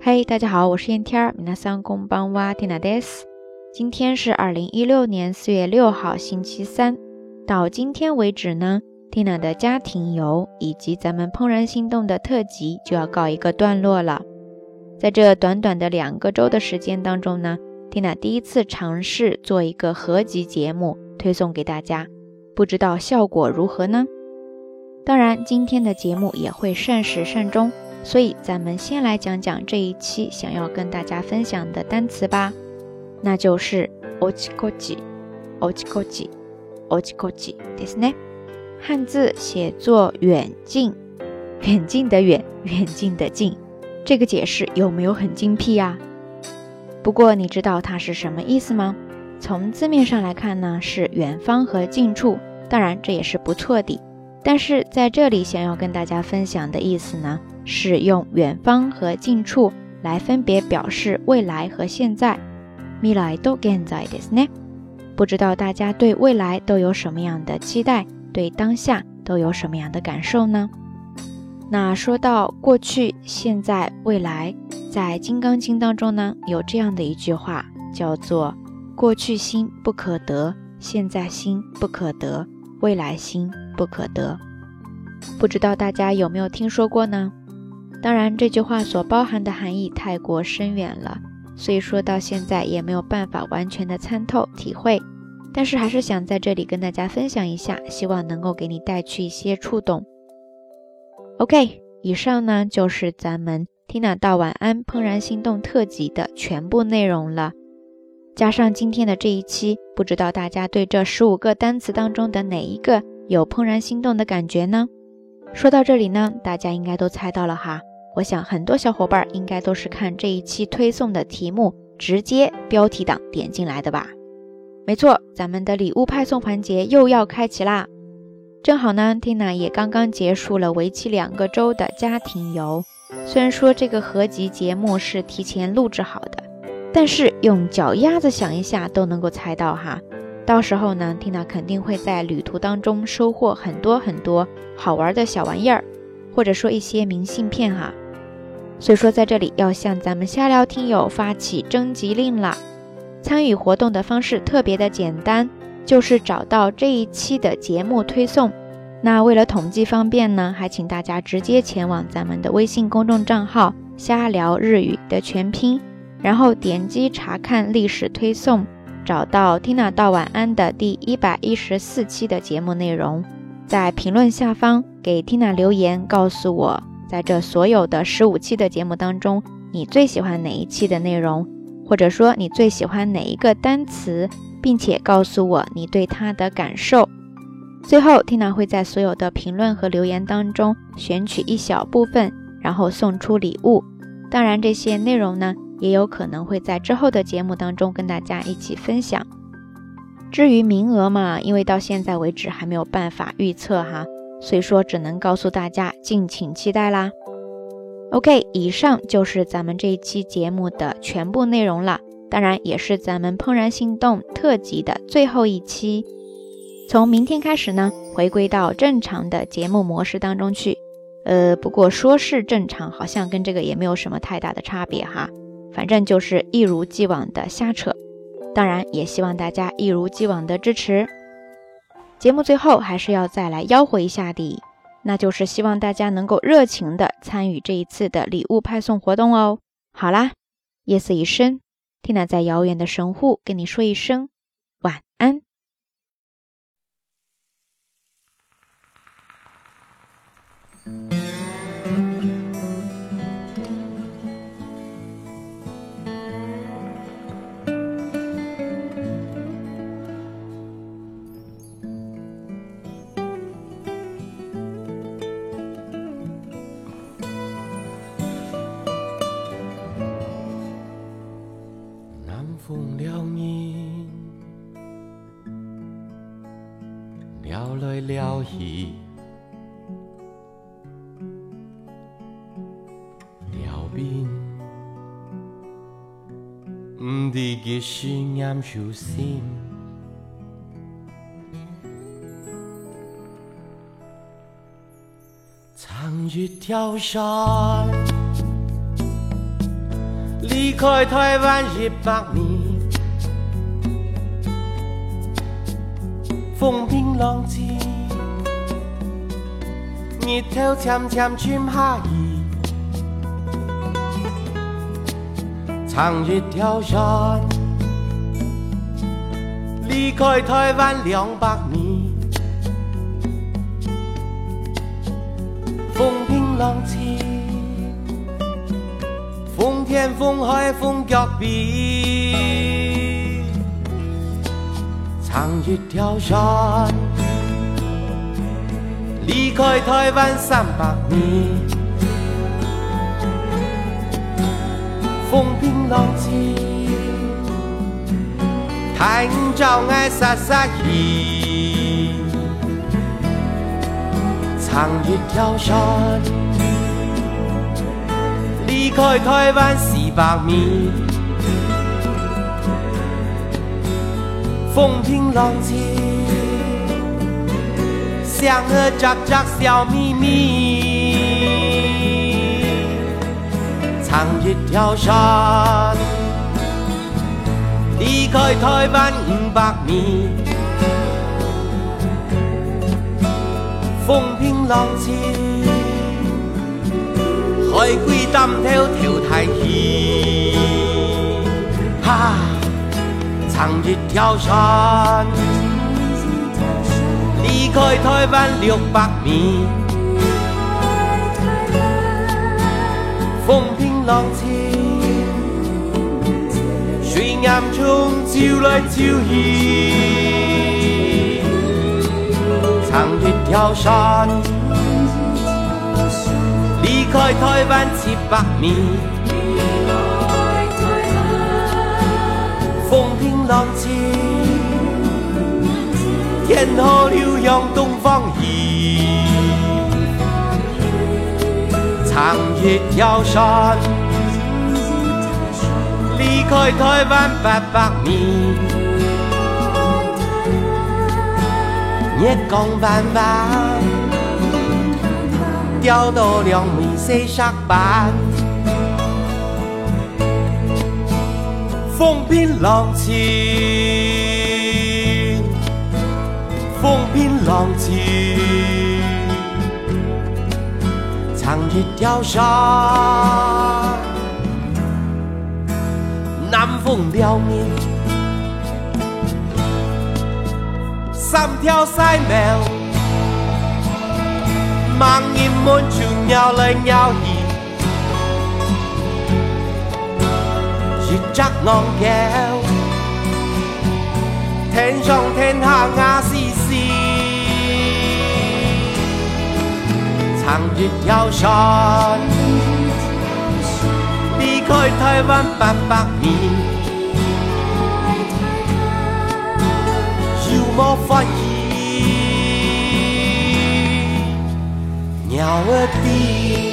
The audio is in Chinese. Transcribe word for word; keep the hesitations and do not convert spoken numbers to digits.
嘿、hey, 大家好，我是燕天儿。皆さんこんばんは、Tinaです。今天是二零一六年四月六号星期三。到今天为止呢 Tina 的家庭游以及咱们怦然心动的特辑就要告一个段落了。在这短短的两个周的时间当中呢 Tina 第一次尝试做一个合集节目推送给大家，不知道效果如何呢？当然今天的节目也会善始善终，所以咱们先来讲讲这一期想要跟大家分享的单词吧，那就是おちこちおちこちおちこちですね。汉字写作远近，远近的远，远近的近，这个解释有没有很精辟啊？不过你知道它是什么意思吗？从字面上来看呢，是远方和近处，当然这也是不错的，但是在这里想要跟大家分享的意思呢，是用远方和近处来分别表示未来和现在。未来と現在ですね。不知道大家对未来都有什么样的期待，对当下都有什么样的感受呢？那说到过去、现在、未来，在《金刚经》当中呢，有这样的一句话，叫做过去心不可得，现在心不可得，未来心不可得。不知道大家有没有听说过呢？当然这句话所包含的含义太过深远了，所以说到现在也没有办法完全的参透体会，但是还是想在这里跟大家分享一下，希望能够给你带去一些触动。 OK， 以上呢就是咱们 Tina 道晚安怦然心动特辑的全部内容了，加上今天的这一期，不知道大家对这十五个单词当中的哪一个有怦然心动的感觉呢？说到这里呢，大家应该都猜到了哈，我想很多小伙伴应该都是看这一期推送的题目直接标题党点进来的吧。没错，咱们的礼物派送环节又要开启啦。正好呢 Tina 也刚刚结束了为期两个周的家庭游，虽然说这个合集节目是提前录制好的，但是用脚丫子想一下都能够猜到哈，到时候呢 Tina 肯定会在旅途当中收获很多很多好玩的小玩意儿，或者说一些明信片哈。所以说在这里要向咱们瞎聊听友发起征集令啦。参与活动的方式特别的简单，就是找到这一期的节目推送，那为了统计方便呢，还请大家直接前往咱们的微信公众账号瞎聊日语的全拼，然后点击查看历史推送，找到 Tina 道晚安的第一百一十四期的节目内容，在评论下方给 Tina 留言，告诉我在这所有的十五期的节目当中，你最喜欢哪一期的内容，或者说你最喜欢哪一个单词，并且告诉我你对它的感受。最后 Tina 会在所有的评论和留言当中选取一小部分，然后送出礼物。当然这些内容呢，也有可能会在之后的节目当中跟大家一起分享。至于名额嘛，因为到现在为止还没有办法预测哈，所以说只能告诉大家敬请期待啦。 OK， 以上就是咱们这一期节目的全部内容了，当然也是咱们怦然心动特辑的最后一期。从明天开始呢，回归到正常的节目模式当中去。呃，不过说是正常，好像跟这个也没有什么太大的差别哈，反正就是一如既往的瞎扯。当然也希望大家一如既往的支持。节目最后还是要再来吆喝一下的，那就是希望大家能够热情的参与这一次的礼物派送活动哦。好啦，夜色已深， Tina 在遥远的神户跟你说一声晚安。 風撩面，撩來撩去，撩邊，唔知幾時啱手心，藏一條山。 离开台湾一百年，风平浪静，日頭漸漸轉下移，長一條山，離開台灣兩百年，風平浪靜，風天風海風腳壁，長一條山，離開台灣三百年，風平浪靜，太陽照愛灑灑氣，長一條山，離開台灣四百米，風平浪靜，像個雜雜小秘密，長一條山，離開台灣五百米，風平浪靜，海龜擔頭跳太遠，哈，長一條山，離開台灣六百米，風平浪靜，水岩中照來照去，長一條山，離開台灣七百米，風平浪靜，天河流湧東方雨，長一條山，離開台灣八百米，月光彎彎，釣到兩枚四十板，風平浪靜，風平浪靜，長一條山，南風撩面，三條細苗，盲人們就鳥來鳥去，一隻昂叫，天上天下亞絲絲，長一條山，離開台灣八百米，有冇發現鳥兒的